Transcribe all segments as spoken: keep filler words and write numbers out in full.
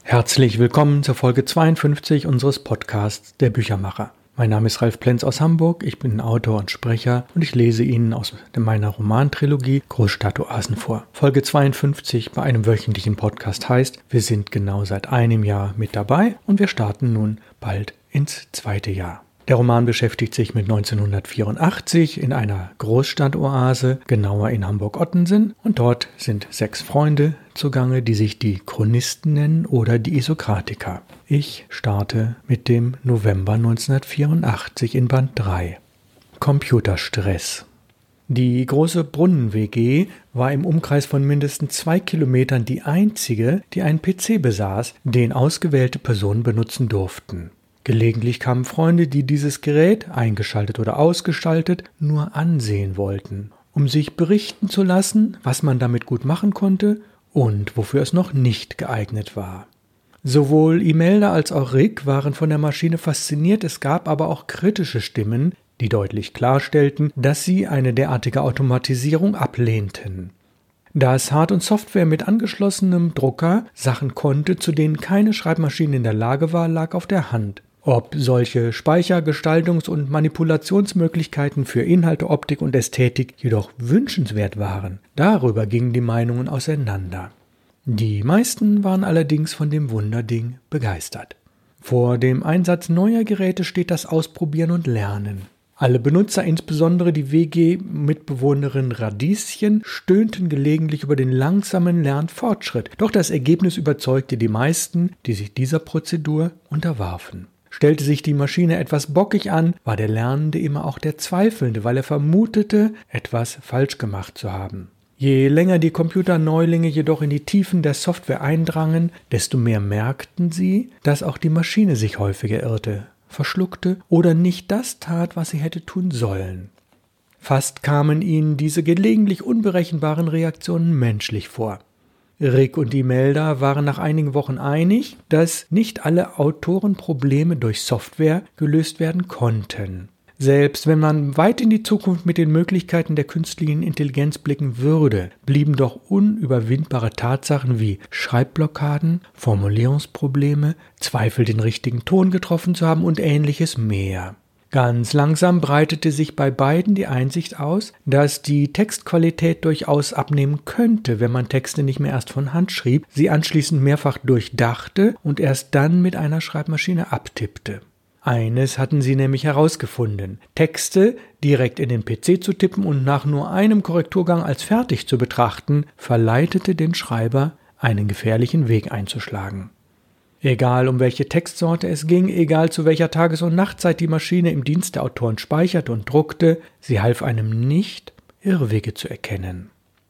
Herzlich willkommen zur Folge zweiundfünfzig unseres Podcasts Der Büchermacher. Mein Name ist Ralf Plenz aus Hamburg, ich bin Autor und Sprecher und ich lese Ihnen aus meiner Romantrilogie Großstadtoasen vor. Folge zweiundfünfzig bei einem wöchentlichen Podcast heißt, wir sind genau seit einem Jahr mit dabei und wir starten nun bald ins zweite Jahr. Der Roman beschäftigt sich mit neunzehnhundertvierundachtzig in einer Großstadtoase, genauer in Hamburg-Ottensen, und dort sind sechs Freunde zugange, die sich die Chronisten nennen oder die Isokratiker. Ich starte mit dem November neunzehnhundertvierundachtzig in Band drei. Computerstress. Die große Brunnen-W G war im Umkreis von mindestens zwei Kilometern die einzige, die einen P C besaß, den ausgewählte Personen benutzen durften. Gelegentlich kamen Freunde, die dieses Gerät, eingeschaltet oder ausgestaltet, nur ansehen wollten, um sich berichten zu lassen, was man damit gut machen konnte und wofür es noch nicht geeignet war. Sowohl Imelda als auch Rick waren von der Maschine fasziniert, es gab aber auch kritische Stimmen, die deutlich klarstellten, dass sie eine derartige Automatisierung ablehnten. Dass Hard- und Software mit angeschlossenem Drucker Sachen konnte, zu denen keine Schreibmaschine in der Lage war, lag auf der Hand. Ob solche Speicher-, Gestaltungs- und Manipulationsmöglichkeiten für Inhalte, Optik und Ästhetik jedoch wünschenswert waren, darüber gingen die Meinungen auseinander. Die meisten waren allerdings von dem Wunderding begeistert. Vor dem Einsatz neuer Geräte steht das Ausprobieren und Lernen. Alle Benutzer, insbesondere die W G-Mitbewohnerin Radieschen, stöhnten gelegentlich über den langsamen Lernfortschritt. Doch das Ergebnis überzeugte die meisten, die sich dieser Prozedur unterwarfen. Stellte sich die Maschine etwas bockig an, war der Lernende immer auch der Zweifelnde, weil er vermutete, etwas falsch gemacht zu haben. Je länger die Computerneulinge jedoch in die Tiefen der Software eindrangen, desto mehr merkten sie, dass auch die Maschine sich häufiger irrte, verschluckte oder nicht das tat, was sie hätte tun sollen. Fast kamen ihnen diese gelegentlich unberechenbaren Reaktionen menschlich vor. Rick und Imelda waren nach einigen Wochen einig, dass nicht alle Autorenprobleme durch Software gelöst werden konnten. Selbst wenn man weit in die Zukunft mit den Möglichkeiten der künstlichen Intelligenz blicken würde, blieben doch unüberwindbare Tatsachen wie Schreibblockaden, Formulierungsprobleme, Zweifel, den richtigen Ton getroffen zu haben und ähnliches mehr. Ganz langsam breitete sich bei beiden die Einsicht aus, dass die Textqualität durchaus abnehmen könnte, wenn man Texte nicht mehr erst von Hand schrieb, sie anschließend mehrfach durchdachte und erst dann mit einer Schreibmaschine abtippte. Eines hatten sie nämlich herausgefunden: Texte direkt in den P C zu tippen und nach nur einem Korrekturgang als fertig zu betrachten, verleitete den Schreiber, einen gefährlichen Weg einzuschlagen. Egal um welche Textsorte es ging, egal zu welcher Tages- und Nachtzeit die Maschine im Dienst der Autoren speicherte und druckte, sie half einem nicht, Irrwege zu erkennen.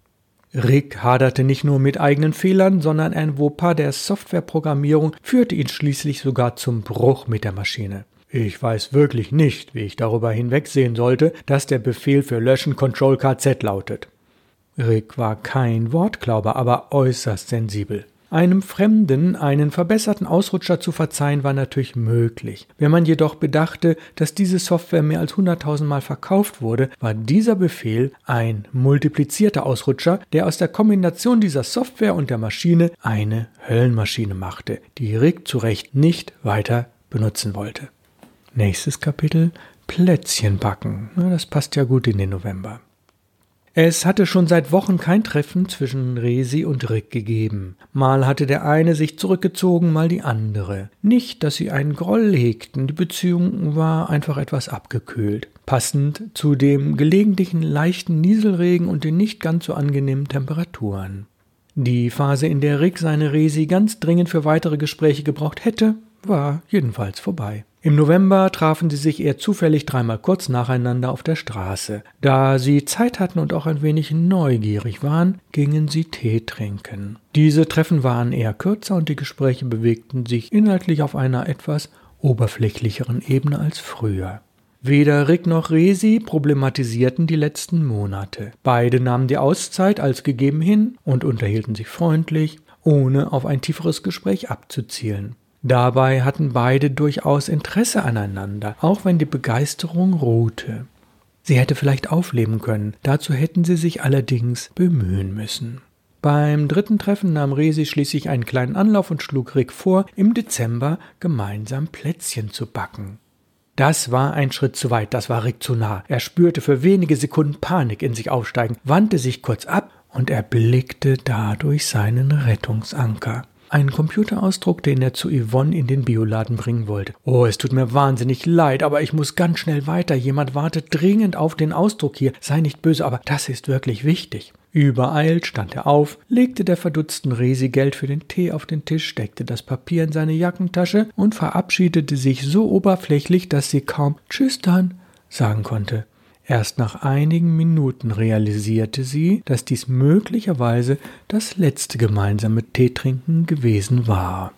Rick haderte nicht nur mit eigenen Fehlern, sondern ein Fauxpas der Softwareprogrammierung führte ihn schließlich sogar zum Bruch mit der Maschine. Ich weiß wirklich nicht, wie ich darüber hinwegsehen sollte, dass der Befehl für Löschen Control K Z lautet. Rick war kein Wortklauber, aber äußerst sensibel. Einem Fremden einen verbesserten Ausrutscher zu verzeihen war natürlich möglich. Wenn man jedoch bedachte, dass diese Software mehr als hunderttausendmal verkauft wurde, war dieser Befehl ein multiplizierter Ausrutscher, der aus der Kombination dieser Software und der Maschine eine Höllenmaschine machte, die Rick zu Recht nicht weiter benutzen wollte. Nächstes Kapitel: Plätzchen backen. Na, das passt ja gut in den November. Es hatte schon seit Wochen kein Treffen zwischen Resi und Rick gegeben. Mal hatte der eine sich zurückgezogen, mal die andere. Nicht, dass sie einen Groll hegten, die Beziehung war einfach etwas abgekühlt. Passend zu dem gelegentlichen leichten Nieselregen und den nicht ganz so angenehmen Temperaturen. Die Phase, in der Rick seine Resi ganz dringend für weitere Gespräche gebraucht hätte, war jedenfalls vorbei. Im November trafen sie sich eher zufällig dreimal kurz nacheinander auf der Straße. Da sie Zeit hatten und auch ein wenig neugierig waren, gingen sie Tee trinken. Diese Treffen waren eher kürzer und die Gespräche bewegten sich inhaltlich auf einer etwas oberflächlicheren Ebene als früher. Weder Rick noch Resi problematisierten die letzten Monate. Beide nahmen die Auszeit als gegeben hin und unterhielten sich freundlich, ohne auf ein tieferes Gespräch abzuzielen. Dabei hatten beide durchaus Interesse aneinander, auch wenn die Begeisterung ruhte. Sie hätte vielleicht aufleben können, dazu hätten sie sich allerdings bemühen müssen. Beim dritten Treffen nahm Resi schließlich einen kleinen Anlauf und schlug Rick vor, im Dezember gemeinsam Plätzchen zu backen. Das war ein Schritt zu weit, das war Rick zu nah. Er spürte für wenige Sekunden Panik in sich aufsteigen, wandte sich kurz ab und erblickte dadurch seinen Rettungsanker. Einen Computerausdruck, den er zu Yvonne in den Bioladen bringen wollte. »Oh, es tut mir wahnsinnig leid, aber ich muss ganz schnell weiter. Jemand wartet dringend auf den Ausdruck hier. Sei nicht böse, aber das ist wirklich wichtig.« Übereilt stand er auf, legte der verdutzten Resi Geld für den Tee auf den Tisch, steckte das Papier in seine Jackentasche und verabschiedete sich so oberflächlich, dass sie kaum »Tschüss dann« sagen konnte. Erst nach einigen Minuten realisierte sie, dass dies möglicherweise das letzte gemeinsame Teetrinken gewesen war.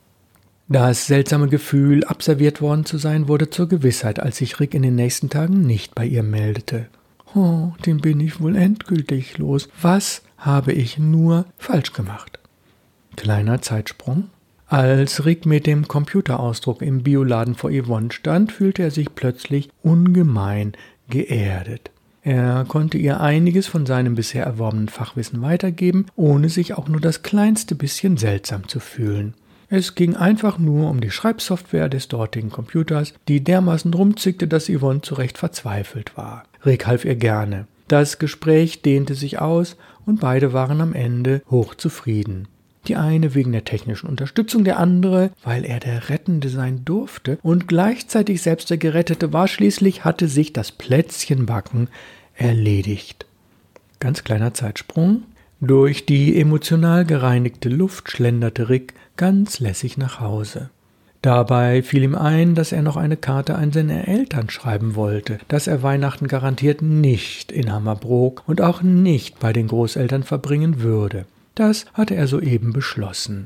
Das seltsame Gefühl, abserviert worden zu sein, wurde zur Gewissheit, als sich Rick in den nächsten Tagen nicht bei ihr meldete. »Oh, den bin ich wohl endgültig los. Was habe ich nur falsch gemacht?« Kleiner Zeitsprung. Als Rick mit dem Computerausdruck im Bioladen vor Yvonne stand, fühlte er sich plötzlich ungemein geerdet. Er konnte ihr einiges von seinem bisher erworbenen Fachwissen weitergeben, ohne sich auch nur das kleinste bisschen seltsam zu fühlen. Es ging einfach nur um die Schreibsoftware des dortigen Computers, die dermaßen rumzickte, dass Yvonne zu Recht verzweifelt war. Rick half ihr gerne. Das Gespräch dehnte sich aus und beide waren am Ende hochzufrieden. Die eine wegen der technischen Unterstützung, der andere, weil er der Rettende sein durfte und gleichzeitig selbst der Gerettete war. Schließlich hatte sich das Plätzchenbacken erledigt. Ganz kleiner Zeitsprung. Durch die emotional gereinigte Luft schlenderte Rick ganz lässig nach Hause. Dabei fiel ihm ein, dass er noch eine Karte an seine Eltern schreiben wollte, dass er Weihnachten garantiert nicht in Hammerbrook und auch nicht bei den Großeltern verbringen würde. Das hatte er soeben beschlossen.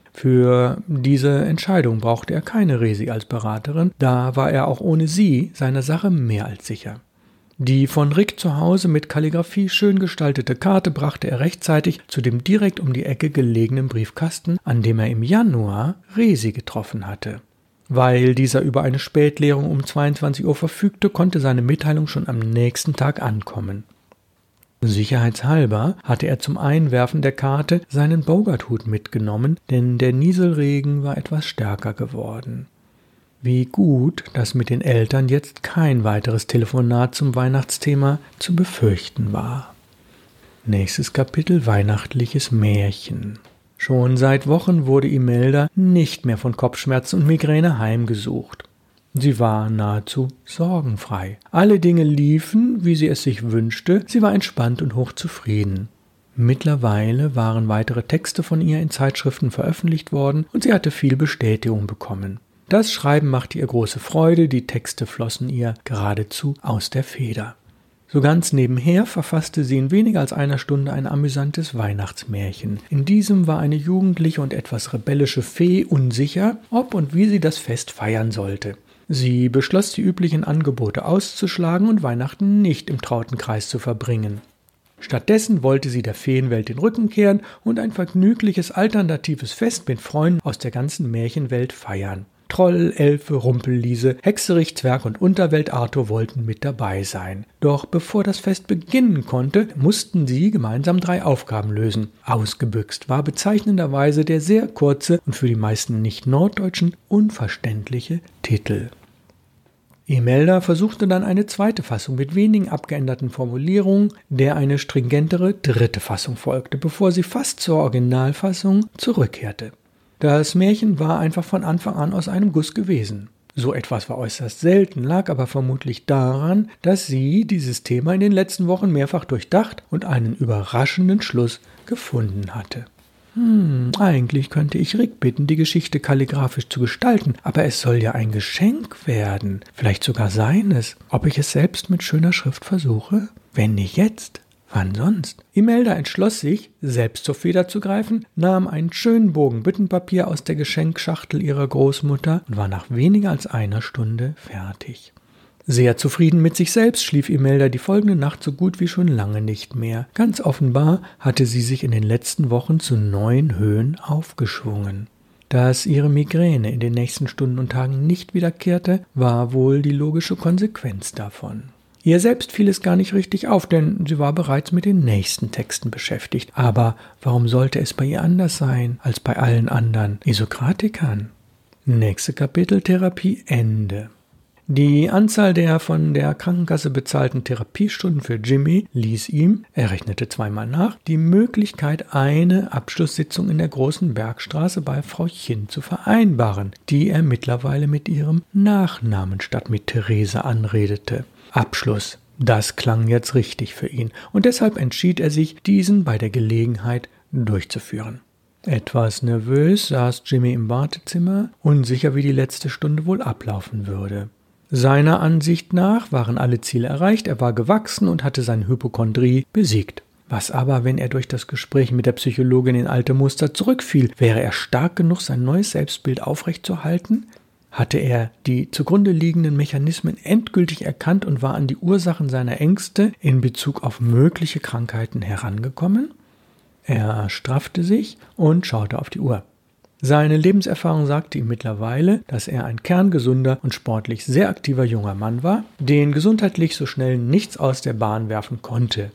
Für diese Entscheidung brauchte er keine Resi als Beraterin, da war er auch ohne sie seiner Sache mehr als sicher. Die von Rick zu Hause mit Kalligraphie schön gestaltete Karte brachte er rechtzeitig zu dem direkt um die Ecke gelegenen Briefkasten, an dem er im Januar Resi getroffen hatte. Weil dieser über eine Spätleerung um zweiundzwanzig Uhr verfügte, konnte seine Mitteilung schon am nächsten Tag ankommen. Sicherheitshalber hatte er zum Einwerfen der Karte seinen Bogart-Hut mitgenommen, denn der Nieselregen war etwas stärker geworden. Wie gut, dass mit den Eltern jetzt kein weiteres Telefonat zum Weihnachtsthema zu befürchten war. Nächstes Kapitel: Weihnachtliches Märchen. Schon seit Wochen wurde Imelda nicht mehr von Kopfschmerzen und Migräne heimgesucht. Sie war nahezu sorgenfrei. Alle Dinge liefen, wie sie es sich wünschte. Sie war entspannt und hochzufrieden. Mittlerweile waren weitere Texte von ihr in Zeitschriften veröffentlicht worden und sie hatte viel Bestätigung bekommen. Das Schreiben machte ihr große Freude, die Texte flossen ihr geradezu aus der Feder. So ganz nebenher verfasste sie in weniger als einer Stunde ein amüsantes Weihnachtsmärchen. In diesem war eine jugendliche und etwas rebellische Fee unsicher, ob und wie sie das Fest feiern sollte. Sie beschloss, die üblichen Angebote auszuschlagen und Weihnachten nicht im trauten Kreis zu verbringen. Stattdessen wollte sie der Feenwelt den Rücken kehren und ein vergnügliches alternatives Fest mit Freunden aus der ganzen Märchenwelt feiern. Troll, Elfe, Rumpelliese, Hexerich, Zwerg und Unterwelt Arthur wollten mit dabei sein. Doch bevor das Fest beginnen konnte, mussten sie gemeinsam drei Aufgaben lösen. Ausgebüxt war bezeichnenderweise der sehr kurze und für die meisten Nicht-Norddeutschen unverständliche Titel. Imelda versuchte dann eine zweite Fassung mit wenigen abgeänderten Formulierungen, der eine stringentere dritte Fassung folgte, bevor sie fast zur Originalfassung zurückkehrte. Das Märchen war einfach von Anfang an aus einem Guss gewesen. So etwas war äußerst selten, lag aber vermutlich daran, dass sie dieses Thema in den letzten Wochen mehrfach durchdacht und einen überraschenden Schluss gefunden hatte. Hm, eigentlich könnte ich Rick bitten, die Geschichte kalligraphisch zu gestalten, aber es soll ja ein Geschenk werden, vielleicht sogar seines. Ob ich es selbst mit schöner Schrift versuche? Wenn nicht jetzt, wann sonst? Imelda entschloss sich, selbst zur Feder zu greifen, nahm einen schönen Bogen Büttenpapier aus der Geschenkschachtel ihrer Großmutter und war nach weniger als einer Stunde fertig. Sehr zufrieden mit sich selbst schlief Imelda die folgende Nacht so gut wie schon lange nicht mehr. Ganz offenbar hatte sie sich in den letzten Wochen zu neuen Höhen aufgeschwungen. Dass ihre Migräne in den nächsten Stunden und Tagen nicht wiederkehrte, war wohl die logische Konsequenz davon. Ihr selbst fiel es gar nicht richtig auf, denn sie war bereits mit den nächsten Texten beschäftigt. Aber warum sollte es bei ihr anders sein als bei allen anderen Isokratikern? Nächste Kapitel, Therapie, Ende. Die Anzahl der von der Krankenkasse bezahlten Therapiestunden für Jimmy ließ ihm, er rechnete zweimal nach, die Möglichkeit, eine Abschlusssitzung in der großen Bergstraße bei Frau Chin zu vereinbaren, die er mittlerweile mit ihrem Nachnamen statt mit Theresa anredete. Abschluss, das klang jetzt richtig für ihn, und deshalb entschied er sich, diesen bei der Gelegenheit durchzuführen. Etwas nervös saß Jimmy im Wartezimmer, unsicher, wie die letzte Stunde wohl ablaufen würde. Seiner Ansicht nach waren alle Ziele erreicht, er war gewachsen und hatte seine Hypochondrie besiegt. Was aber, wenn er durch das Gespräch mit der Psychologin in alte Muster zurückfiel? Wäre er stark genug, sein neues Selbstbild aufrechtzuerhalten? Hatte er die zugrunde liegenden Mechanismen endgültig erkannt und war an die Ursachen seiner Ängste in Bezug auf mögliche Krankheiten herangekommen? Er straffte sich und schaute auf die Uhr. Seine Lebenserfahrung sagte ihm mittlerweile, dass er ein kerngesunder und sportlich sehr aktiver junger Mann war, den gesundheitlich so schnell nichts aus der Bahn werfen konnte.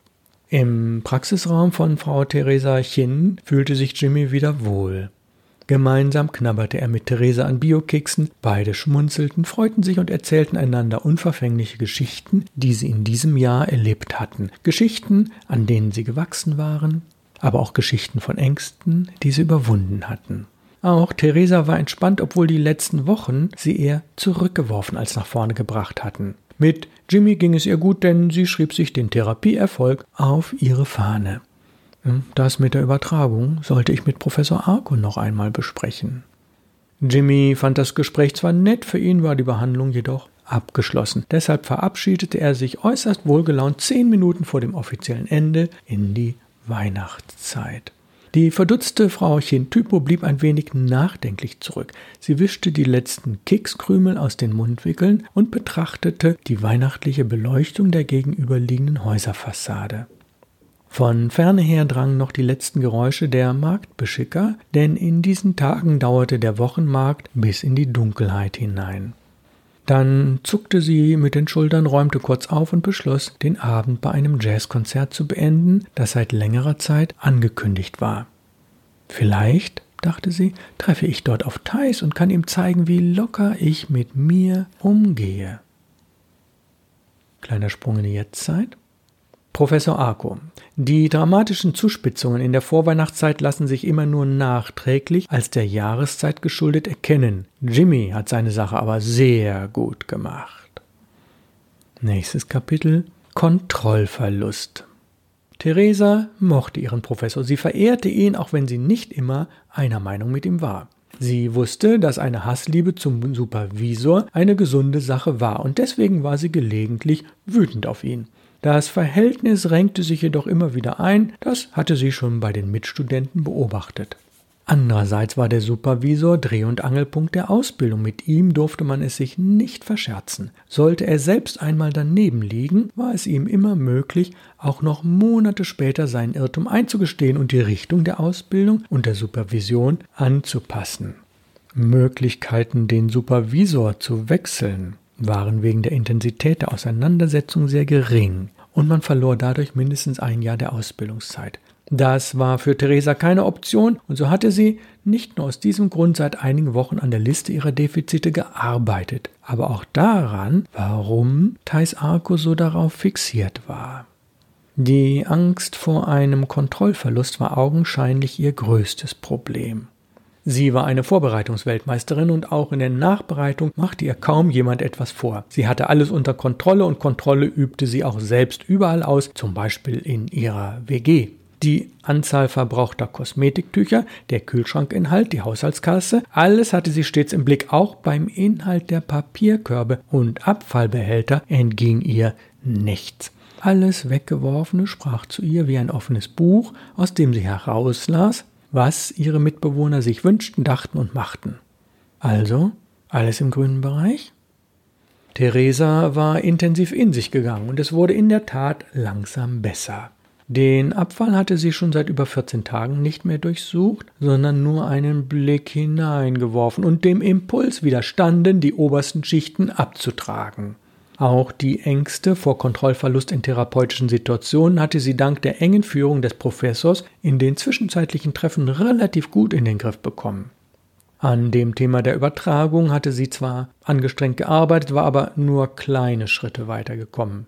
Im Praxisraum von Frau Theresa Chin fühlte sich Jimmy wieder wohl. Gemeinsam knabberte er mit Theresa an Biokeksen, beide schmunzelten, freuten sich und erzählten einander unverfängliche Geschichten, die sie in diesem Jahr erlebt hatten. Geschichten, an denen sie gewachsen waren, aber auch Geschichten von Ängsten, die sie überwunden hatten. Auch Theresa war entspannt, obwohl die letzten Wochen sie eher zurückgeworfen als nach vorne gebracht hatten. Mit Jimmy ging es ihr gut, denn sie schrieb sich den Therapieerfolg auf ihre Fahne. Das mit der Übertragung sollte ich mit Professor Arko noch einmal besprechen. Jimmy fand das Gespräch zwar nett, für ihn war die Behandlung jedoch abgeschlossen. Deshalb verabschiedete er sich äußerst wohlgelaunt zehn Minuten vor dem offiziellen Ende in die Weihnachtszeit. Die verdutzte Frau Chin-Typo blieb ein wenig nachdenklich zurück. Sie wischte die letzten Kekskrümel aus den Mundwinkeln und betrachtete die weihnachtliche Beleuchtung der gegenüberliegenden Häuserfassade. Von ferne her drangen noch die letzten Geräusche der Marktbeschicker, denn in diesen Tagen dauerte der Wochenmarkt bis in die Dunkelheit hinein. Dann zuckte sie mit den Schultern, räumte kurz auf und beschloss, den Abend bei einem Jazzkonzert zu beenden, das seit längerer Zeit angekündigt war. Vielleicht, dachte sie, treffe ich dort auf Theis und kann ihm zeigen, wie locker ich mit mir umgehe. Kleiner Sprung in die Jetztzeit. Professor Arko. Die dramatischen Zuspitzungen in der Vorweihnachtszeit lassen sich immer nur nachträglich als der Jahreszeit geschuldet erkennen. Jimmy hat seine Sache aber sehr gut gemacht. Nächstes Kapitel: Kontrollverlust. Theresa mochte ihren Professor. Sie verehrte ihn, auch wenn sie nicht immer einer Meinung mit ihm war. Sie wusste, dass eine Hassliebe zum Supervisor eine gesunde Sache war, und deswegen war sie gelegentlich wütend auf ihn. Das Verhältnis ränkte sich jedoch immer wieder ein, das hatte sie schon bei den Mitstudenten beobachtet. Andererseits war der Supervisor Dreh- und Angelpunkt der Ausbildung. Mit ihm durfte man es sich nicht verscherzen. Sollte er selbst einmal daneben liegen, war es ihm immer möglich, auch noch Monate später seinen Irrtum einzugestehen und die Richtung der Ausbildung und der Supervision anzupassen. Möglichkeiten, den Supervisor zu wechseln, waren wegen der Intensität der Auseinandersetzung sehr gering und man verlor dadurch mindestens ein Jahr der Ausbildungszeit. Das war für Theresa keine Option und so hatte sie nicht nur aus diesem Grund seit einigen Wochen an der Liste ihrer Defizite gearbeitet, aber auch daran, warum Theis Arko so darauf fixiert war. Die Angst vor einem Kontrollverlust war augenscheinlich ihr größtes Problem. Sie war eine Vorbereitungsweltmeisterin und auch in der Nachbereitung machte ihr kaum jemand etwas vor. Sie hatte alles unter Kontrolle und Kontrolle übte sie auch selbst überall aus, zum Beispiel in ihrer W G. Die Anzahl verbrauchter Kosmetiktücher, der Kühlschrankinhalt, die Haushaltskasse, alles hatte sie stets im Blick. Auch beim Inhalt der Papierkörbe und Abfallbehälter entging ihr nichts. Alles Weggeworfene sprach zu ihr wie ein offenes Buch, aus dem sie herauslas, was ihre Mitbewohner sich wünschten, dachten und machten. Also, alles im grünen Bereich? Theresa war intensiv in sich gegangen und es wurde in der Tat langsam besser. Den Abfall hatte sie schon seit über vierzehn Tagen nicht mehr durchsucht, sondern nur einen Blick hineingeworfen und dem Impuls widerstanden, die obersten Schichten abzutragen. Auch die Ängste vor Kontrollverlust in therapeutischen Situationen hatte sie dank der engen Führung des Professors in den zwischenzeitlichen Treffen relativ gut in den Griff bekommen. An dem Thema der Übertragung hatte sie zwar angestrengt gearbeitet, war aber nur kleine Schritte weitergekommen.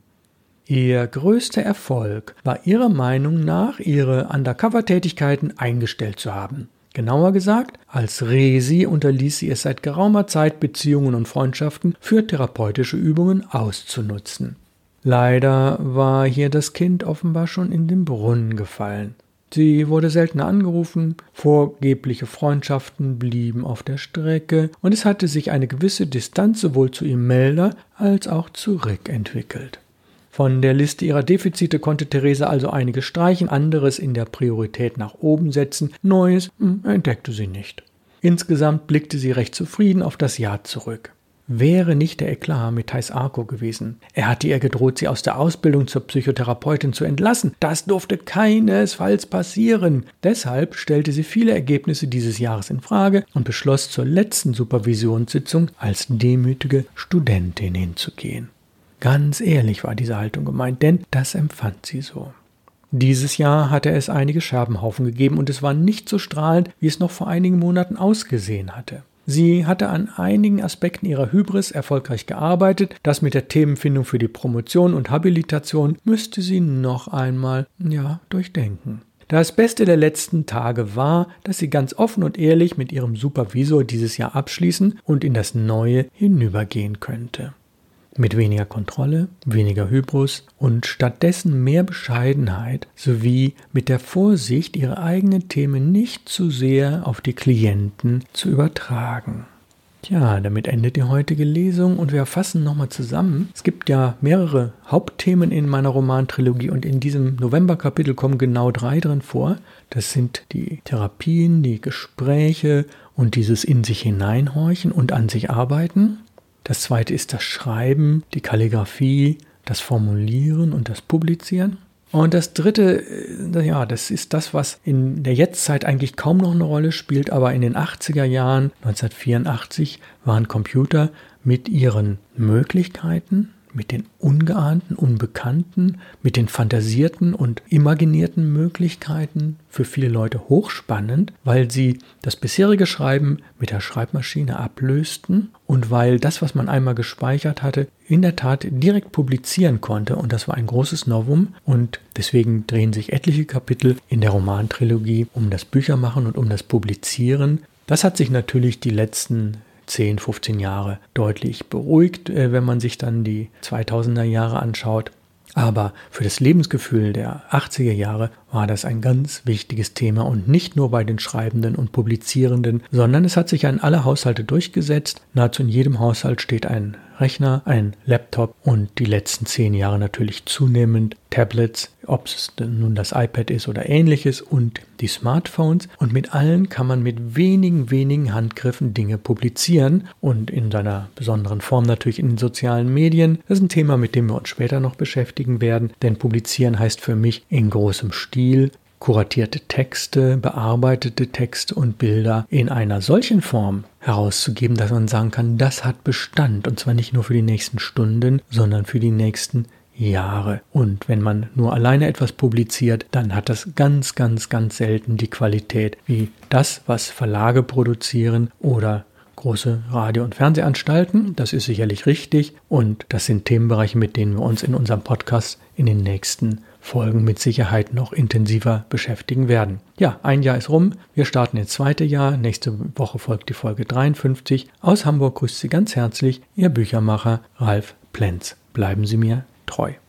Ihr größter Erfolg war ihrer Meinung nach, ihre Undercover-Tätigkeiten eingestellt zu haben. Genauer gesagt, als Resi unterließ sie es seit geraumer Zeit, Beziehungen und Freundschaften für therapeutische Übungen auszunutzen. Leider war hier das Kind offenbar schon in den Brunnen gefallen. Sie wurde seltener angerufen, vorgebliche Freundschaften blieben auf der Strecke und es hatte sich eine gewisse Distanz sowohl zu ihrem Melder als auch zurückentwickelt. Von der Liste ihrer Defizite konnte Theresa also einiges streichen, anderes in der Priorität nach oben setzen, Neues mh, entdeckte sie nicht. Insgesamt blickte sie recht zufrieden auf das Jahr zurück. Wäre nicht der Eklat mit Thais Arco gewesen. Er hatte ihr gedroht, sie aus der Ausbildung zur Psychotherapeutin zu entlassen. Das durfte keinesfalls passieren. Deshalb stellte sie viele Ergebnisse dieses Jahres in Frage und beschloss, zur letzten Supervisionssitzung als demütige Studentin hinzugehen. Ganz ehrlich war diese Haltung gemeint, denn das empfand sie so. Dieses Jahr hatte es einige Scherbenhaufen gegeben und es war nicht so strahlend, wie es noch vor einigen Monaten ausgesehen hatte. Sie hatte an einigen Aspekten ihrer Hybris erfolgreich gearbeitet. Das mit der Themenfindung für die Promotion und Habilitation müsste sie noch einmal, ja, durchdenken. Das Beste der letzten Tage war, dass sie ganz offen und ehrlich mit ihrem Supervisor dieses Jahr abschließen und in das Neue hinübergehen könnte. Mit weniger Kontrolle, weniger Hybris und stattdessen mehr Bescheidenheit sowie mit der Vorsicht, ihre eigenen Themen nicht zu sehr auf die Klienten zu übertragen. Tja, damit endet die heutige Lesung und wir fassen nochmal zusammen. Es gibt ja mehrere Hauptthemen in meiner Romantrilogie und in diesem Novemberkapitel kommen genau drei drin vor. Das sind die Therapien, die Gespräche und dieses in sich hineinhorchen und an sich arbeiten. Das zweite ist das Schreiben, die Kalligraphie, das Formulieren und das Publizieren. Und das dritte, ja, das ist das, was in der Jetztzeit eigentlich kaum noch eine Rolle spielt, aber in den achtziger Jahren, neunzehnhundertvierundachtzig, waren Computer mit ihren Möglichkeiten, mit den ungeahnten, unbekannten, mit den fantasierten und imaginierten Möglichkeiten für viele Leute hochspannend, weil sie das bisherige Schreiben mit der Schreibmaschine ablösten und weil das, was man einmal gespeichert hatte, in der Tat direkt publizieren konnte und das war ein großes Novum und deswegen drehen sich etliche Kapitel in der Romantrilogie um das Büchermachen und um das Publizieren. Das hat sich natürlich die letzten zehn, fünfzehn Jahre deutlich beruhigt, wenn man sich dann die zweitausender Jahre anschaut. Aber für das Lebensgefühl der achtziger Jahre war das ein ganz wichtiges Thema und nicht nur bei den Schreibenden und Publizierenden, sondern es hat sich an alle Haushalte durchgesetzt. Nahezu in jedem Haushalt steht ein Rechner, ein Laptop und die letzten zehn Jahre natürlich zunehmend Tablets, ob es nun das iPad ist oder ähnliches und die Smartphones. Und mit allen kann man mit wenigen, wenigen Handgriffen Dinge publizieren und in seiner besonderen Form natürlich in den sozialen Medien. Das ist ein Thema, mit dem wir uns später noch beschäftigen werden, denn publizieren heißt für mich in großem Stil kuratierte Texte, bearbeitete Texte und Bilder in einer solchen Form herauszugeben, dass man sagen kann, das hat Bestand und zwar nicht nur für die nächsten Stunden, sondern für die nächsten Jahre. Und wenn man nur alleine etwas publiziert, dann hat das ganz, ganz, ganz selten die Qualität wie das, was Verlage produzieren oder große Radio- und Fernsehanstalten. Das ist sicherlich richtig und das sind Themenbereiche, mit denen wir uns in unserem Podcast in den nächsten Folgen mit Sicherheit noch intensiver beschäftigen werden. Ja, ein Jahr ist rum. Wir starten ins zweite Jahr. Nächste Woche folgt die Folge dreiundfünfzig. Aus Hamburg grüßt Sie ganz herzlich Ihr Büchermacher Ralf Plenz. Bleiben Sie mir treu.